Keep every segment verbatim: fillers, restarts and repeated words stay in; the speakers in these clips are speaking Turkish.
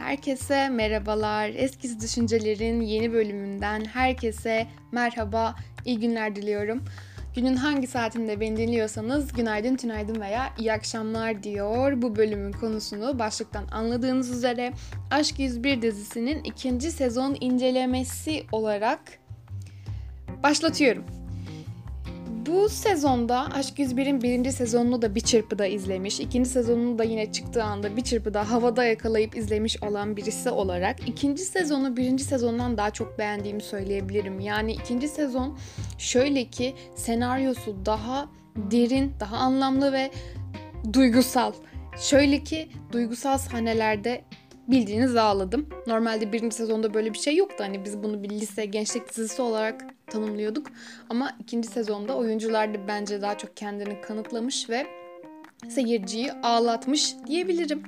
Herkese merhabalar. Eskiz Düşünceler'in yeni bölümünden herkese merhaba, iyi günler diliyorum. Günün hangi saatinde beni dinliyorsanız günaydın, tünaydın veya iyi akşamlar diyor. Bu bölümün konusunu başlıktan anladığınız üzere Aşk yüz bir dizisinin ikinci sezon incelemesi olarak başlatıyorum. Bu sezonda Aşk yüz birin birinci sezonunu da bir çırpıda izlemiş, ikinci sezonunu da yine çıktığı anda bir çırpıda havada yakalayıp izlemiş olan birisi olarak ikinci sezonu birinci sezondan daha çok beğendiğimi söyleyebilirim. Yani ikinci sezon şöyle ki senaryosu daha derin, daha anlamlı ve duygusal. Şöyle ki duygusal sahnelerde bildiğiniz ağladım. Normalde birinci sezonda böyle bir şey yoktu. Hani biz bunu bir lise, gençlik dizisi olarak tanımlıyorduk. Ama ikinci sezonda oyuncular da bence daha çok kendini kanıtlamış ve seyirciyi ağlatmış diyebilirim.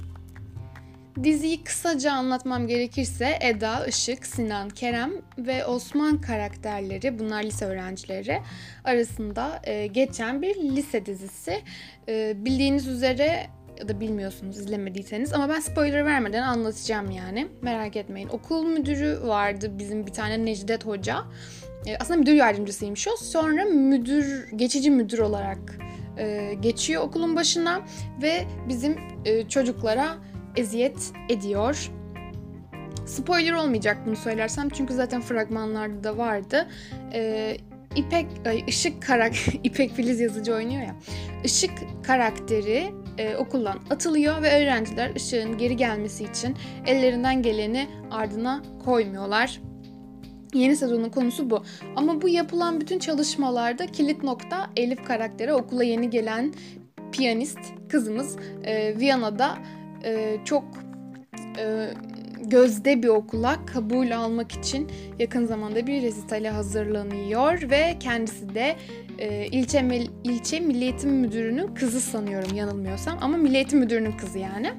Diziyi kısaca anlatmam gerekirse Eda, Işık, Sinan, Kerem ve Osman karakterleri, bunlar lise öğrencileri arasında e, geçen bir lise dizisi. E, bildiğiniz üzere ya da bilmiyorsunuz izlemediyseniz ama ben spoiler vermeden anlatacağım yani. Merak etmeyin. Okul müdürü vardı bizim bir tane Necdet Hoca. E, aslında müdür yardımcısıymış o. Sonra müdür, geçici müdür olarak e, geçiyor okulun başına ve bizim e, çocuklara eziyet ediyor. Spoiler olmayacak bunu söylersem çünkü zaten fragmanlarda da vardı. E, İpek, Işık karakter, İpek Filiz Yazıcı oynuyor ya. Işık karakteri e, okuldan atılıyor ve öğrenciler Işık'ın geri gelmesi için ellerinden geleni ardına koymuyorlar. Yeni sezonun konusu bu. Ama bu yapılan bütün çalışmalarda kilit nokta Elif karakteri, okula yeni gelen piyanist kızımız e, Viyana'da e, çok e, gözde bir okula kabul almak için yakın zamanda bir resitale hazırlanıyor ve kendisi de e, ilçe, ilçe Milli Eğitim Müdürü'nün kızı sanıyorum yanılmıyorsam, ama Milli Eğitim Müdürü'nün kızı yani.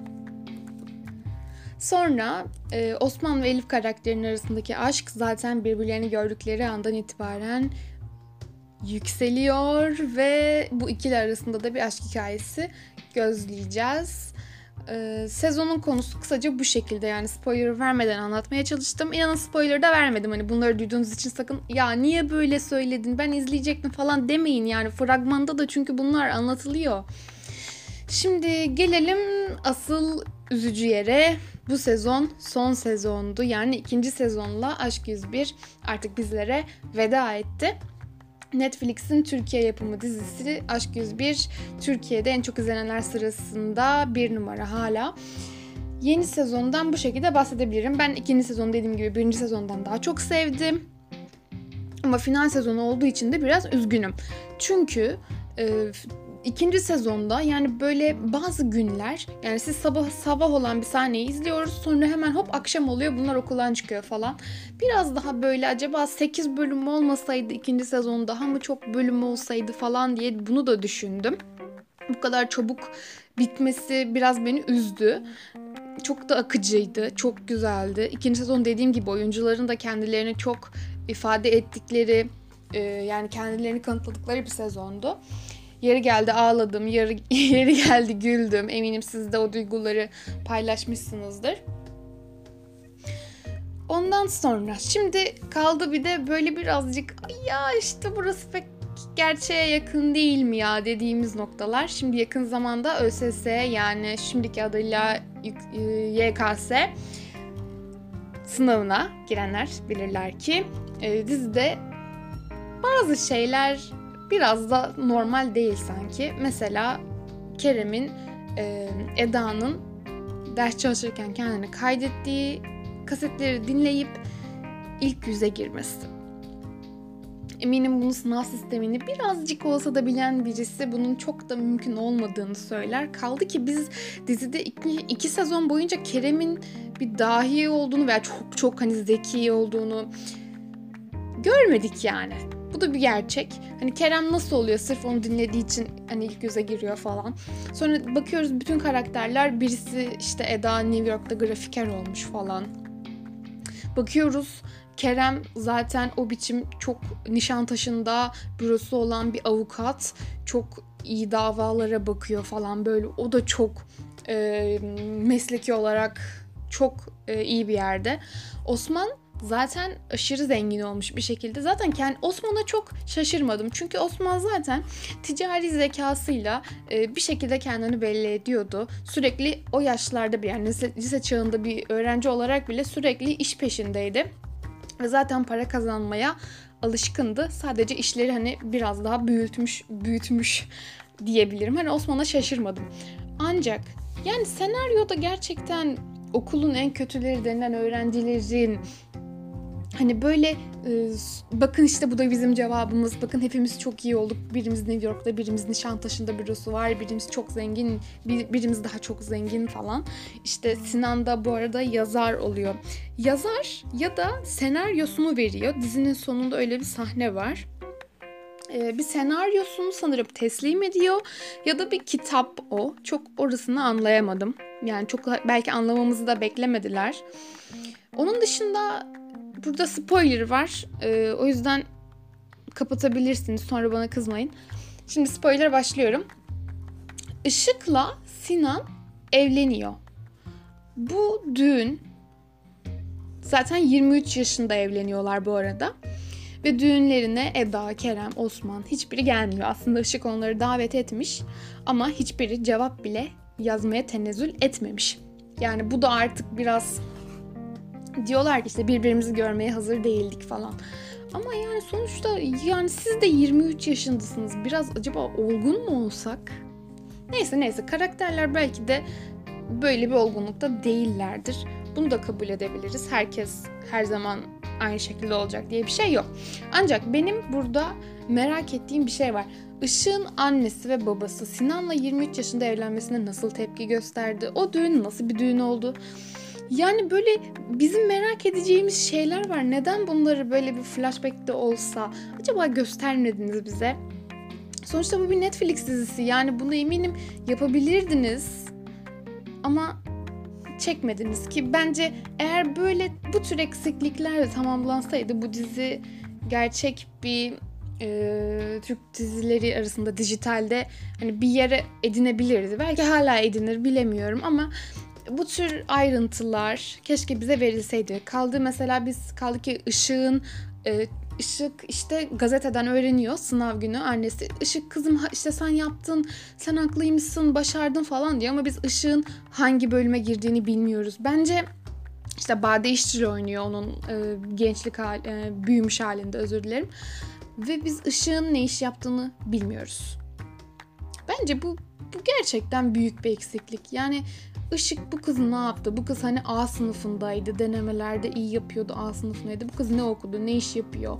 Sonra e, Osman ve Elif karakterinin arasındaki aşk zaten birbirlerini gördükleri andan itibaren yükseliyor ve bu ikili arasında da bir aşk hikayesi gözleyeceğiz. Ee, sezonun konusu kısaca bu şekilde, yani spoiler vermeden anlatmaya çalıştım. İnanın spoiler da vermedim. Hani bunları duyduğunuz için sakın ya niye böyle söyledin, ben izleyecektim falan demeyin. Yani fragmanda da çünkü bunlar anlatılıyor. Şimdi gelelim asıl üzücü yere. Bu sezon son sezondu. Yani ikinci sezonla Aşk yüz bir artık bizlere veda etti. Netflix'in Türkiye yapımı dizisi Aşk yüz bir Türkiye'de en çok izlenenler sırasında bir numara hala. Yeni sezondan bu şekilde bahsedebilirim. Ben ikinci sezon dediğim gibi birinci sezondan daha çok sevdim. Ama final sezonu olduğu için de biraz üzgünüm. Çünkü e, ikinci sezonda yani böyle bazı günler, yani siz sabah sabah olan bir sahneyi izliyoruz, sonra hemen hop akşam oluyor, bunlar okuldan çıkıyor falan. Biraz daha böyle acaba sekiz bölüm olmasaydı ikinci sezon daha mı çok bölüm olsaydı falan diye bunu da düşündüm. Bu kadar çabuk bitmesi biraz beni üzdü. Çok da akıcıydı, çok güzeldi. İkinci sezon dediğim gibi oyuncuların da kendilerini çok ifade ettikleri, yani kendilerini kanıtladıkları bir sezondu. Yeri geldi ağladım, yeri, yeri geldi güldüm. Eminim siz de o duyguları paylaşmışsınızdır. Ondan sonra şimdi kaldı bir de böyle birazcık ya işte burası pek gerçeğe yakın değil mi ya dediğimiz noktalar. Şimdi yakın zamanda ÖSS, yani şimdiki adıyla Y K S sınavına girenler bilirler ki e, dizide bazı şeyler biraz da normal değil sanki. Mesela Kerem'in e, Eda'nın ders çalışırken kendini kaydettiği kasetleri dinleyip ilk yüze girmesi. Eminim bunu sınav sistemini birazcık olsa da bilen birisi bunun çok da mümkün olmadığını söyler. Kaldı ki biz dizide iki, iki sezon boyunca Kerem'in bir dahi olduğunu veya çok çok hani zeki olduğunu görmedik yani. Bu da bir gerçek. Hani Kerem nasıl oluyor? Sırf onu dinlediği için hani ilk yüze giriyor falan. Sonra bakıyoruz bütün karakterler, birisi işte Eda New York'ta grafiker olmuş falan. Bakıyoruz Kerem zaten o biçim çok Nişantaşı'nda bürosu olan bir avukat. Çok iyi davalara bakıyor falan böyle. O da çok e, mesleki olarak çok e, iyi bir yerde. Osman zaten aşırı zengin olmuş bir şekilde. Zaten kendi Osman'a çok şaşırmadım. Çünkü Osman zaten ticari zekasıyla e, bir şekilde kendini belli ediyordu. Sürekli o yaşlarda bir yani lise, lise çağında bir öğrenci olarak bile sürekli iş peşindeydi. Ve zaten para kazanmaya alışkındı. Sadece işleri hani biraz daha büyütmüş, büyütmüş diyebilirim. Hani Osman'a şaşırmadım. Ancak yani senaryoda gerçekten okulun en kötüleri denilen öğrencilerin hani böyle e, bakın işte bu da bizim cevabımız. Bakın hepimiz çok iyi olduk. Birimiz New York'ta, birimiz Nişantaşı'nda bürosu var. Birimiz çok zengin, bir, birimiz daha çok zengin falan. İşte Sinan da bu arada yazar oluyor. Yazar ya da senaryosunu veriyor. Dizinin sonunda öyle bir sahne var. Ee, bir senaryosunu sanırım teslim ediyor. Ya da bir kitap o. Çok orasını anlayamadım. Yani çok belki anlamamızı da beklemediler. Onun dışında burada spoiler var. Ee, o yüzden kapatabilirsiniz. Sonra bana kızmayın. Şimdi spoiler başlıyorum. Işık'la Sinan evleniyor. Bu düğün zaten yirmi üç yaşında evleniyorlar bu arada. Ve düğünlerine Eda, Kerem, Osman hiçbiri gelmiyor. Aslında Işık onları davet etmiş ama hiçbiri cevap bile yazmaya tenezzül etmemiş. Yani bu da artık biraz diyorlar ki işte birbirimizi görmeye hazır değildik falan. Ama yani sonuçta yani siz de yirmi üç yaşındasınız. Biraz acaba olgun mu olsak? Neyse neyse karakterler belki de böyle bir olgunlukta değillerdir. Bunu da kabul edebiliriz. Herkes her zaman aynı şekilde olacak diye bir şey yok. Ancak benim burada merak ettiğim bir şey var. Işık'ın annesi ve babası Sinan'la yirmi üç yaşında evlenmesine nasıl tepki gösterdi? O düğün nasıl bir düğün oldu? Yani böyle bizim merak edeceğimiz şeyler var. Neden bunları böyle bir flashback'te olsa acaba göstermediniz bize? Sonuçta bu bir Netflix dizisi. Yani bunu eminim yapabilirdiniz. Ama çekmediniz ki bence eğer böyle bu tür eksikliklerle tamamlansaydı bu dizi gerçek bir e, Türk dizileri arasında dijitalde hani bir yere edinebilirdi. Belki hala edinir bilemiyorum ama bu tür ayrıntılar keşke bize verilseydi. Kaldı mesela biz kaldı ki Işık'ın e, Işık işte gazeteden öğreniyor sınav günü annesi. Işık kızım işte sen yaptın, sen haklıymışsın, başardın falan diyor ama biz Işık'ın hangi bölüme girdiğini bilmiyoruz. Bence işte Bade İşçil oynuyor onun e, gençlik hali, e, büyümüş halinde özür dilerim. Ve biz Işık'ın ne iş yaptığını bilmiyoruz. Bence bu bu gerçekten büyük bir eksiklik. Yani Işık bu kız ne yaptı? Bu kız hani A sınıfındaydı. Denemelerde iyi yapıyordu. A sınıfındaydı. Bu kız ne okudu? Ne iş yapıyor?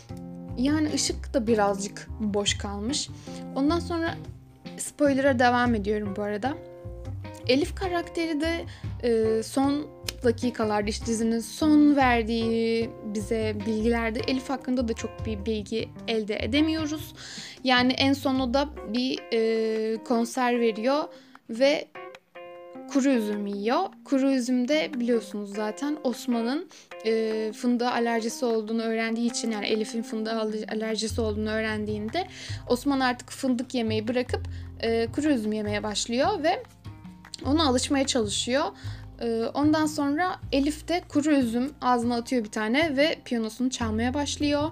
Yani Işık da birazcık boş kalmış. Ondan sonra spoiler'a devam ediyorum bu arada. Elif karakteri de e, son dakikalarda işte dizinin son verdiği bize bilgilerde Elif hakkında da çok bir bilgi elde edemiyoruz. Yani en sonunda bir e, konser veriyor ve kuru üzüm yiyor. Kuru üzümde biliyorsunuz zaten Osman'ın e, fındığa alerjisi olduğunu öğrendiği için yani Elif'in fındığa alerjisi olduğunu öğrendiğinde Osman artık fındık yemeyi bırakıp e, kuru üzüm yemeye başlıyor ve ona alışmaya çalışıyor. E, ondan sonra Elif de kuru üzüm ağzına atıyor bir tane ve piyanosunu çalmaya başlıyor.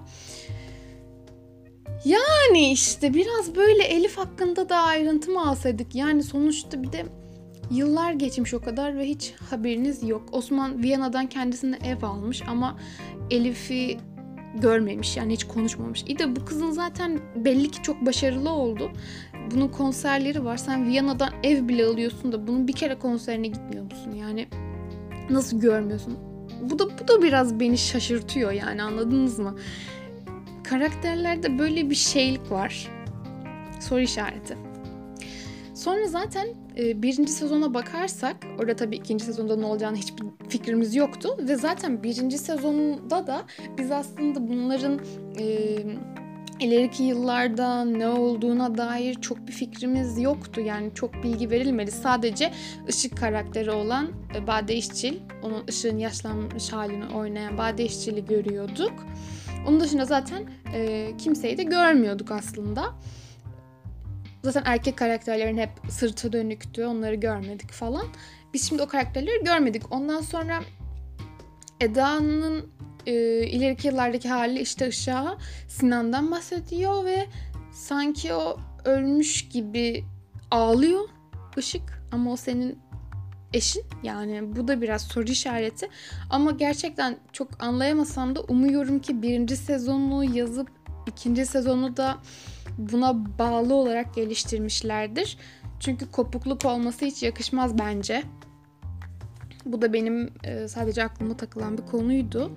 Yani işte biraz böyle Elif hakkında da ayrıntı mı alsaydık? Yani sonuçta bir de yıllar geçmiş o kadar ve hiç haberiniz yok. Osman Viyana'dan kendisine ev almış ama Elif'i görmemiş yani hiç konuşmamış. İyi de bu kızın zaten belli ki çok başarılı oldu. Bunun konserleri var. Sen Viyana'dan ev bile alıyorsun da bunun bir kere konserine gitmiyor musun? Yani nasıl görmüyorsun? Bu da bu da biraz beni şaşırtıyor yani anladınız mı? Karakterlerde böyle bir şeylik var. Soru işareti. Sonra zaten e, birinci sezona bakarsak, orada tabii ikinci sezonda ne olacağını hiçbir fikrimiz yoktu. Ve zaten birinci sezonda da biz aslında bunların e, ileriki yıllarda ne olduğuna dair çok bir fikrimiz yoktu. Yani çok bilgi verilmedi. Sadece Işık karakteri olan e, Bade İşçil, onun Işık'ın yaşlanmış halini oynayan Bade İşçil'i görüyorduk. Onun dışında zaten e, kimseyi de görmüyorduk aslında. Zaten erkek karakterlerin hep sırtı dönüktü. Onları görmedik falan. Biz şimdi o karakterleri görmedik. Ondan sonra Eda'nın e, ileriki yıllardaki hali işte Işık'a Sinan'dan bahsediyor ve sanki o ölmüş gibi ağlıyor Işık. Ama o senin eşin. Yani bu da biraz soru işareti. Ama gerçekten çok anlayamasam da umuyorum ki birinci sezonu yazıp ikinci sezonu da buna bağlı olarak geliştirmişlerdir. Çünkü kopukluk olması hiç yakışmaz bence. Bu da benim e, sadece aklıma takılan bir konuydu.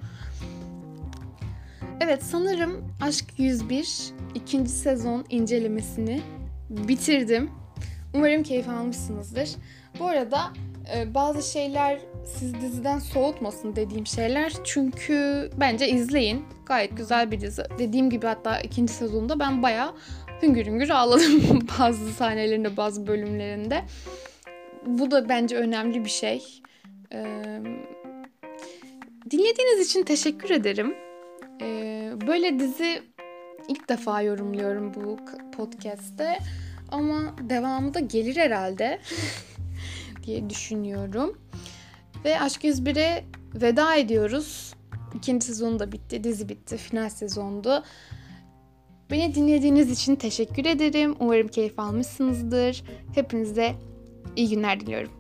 Evet, sanırım Aşk yüz bir ikinci sezon incelemesini bitirdim. Umarım keyif almışsınızdır. Bu arada e, bazı şeyler siz diziden soğutmasın dediğim şeyler. Çünkü bence izleyin. Gayet güzel bir dizi. Dediğim gibi hatta ikinci sezonda ben bayağı hüngür hüngür ağladım bazı sahnelerinde, bazı bölümlerinde. Bu da bence önemli bir şey. Ee, dinlediğiniz için teşekkür ederim. Ee, böyle dizi ilk defa yorumluyorum bu podcast'te. Ama devamı da gelir herhalde diye düşünüyorum. Ve Aşk yüz bire veda ediyoruz. İkinci sezonu da bitti, dizi bitti, final sezondu. Beni dinlediğiniz için teşekkür ederim. Umarım keyif almışsınızdır. Hepinize iyi günler diliyorum.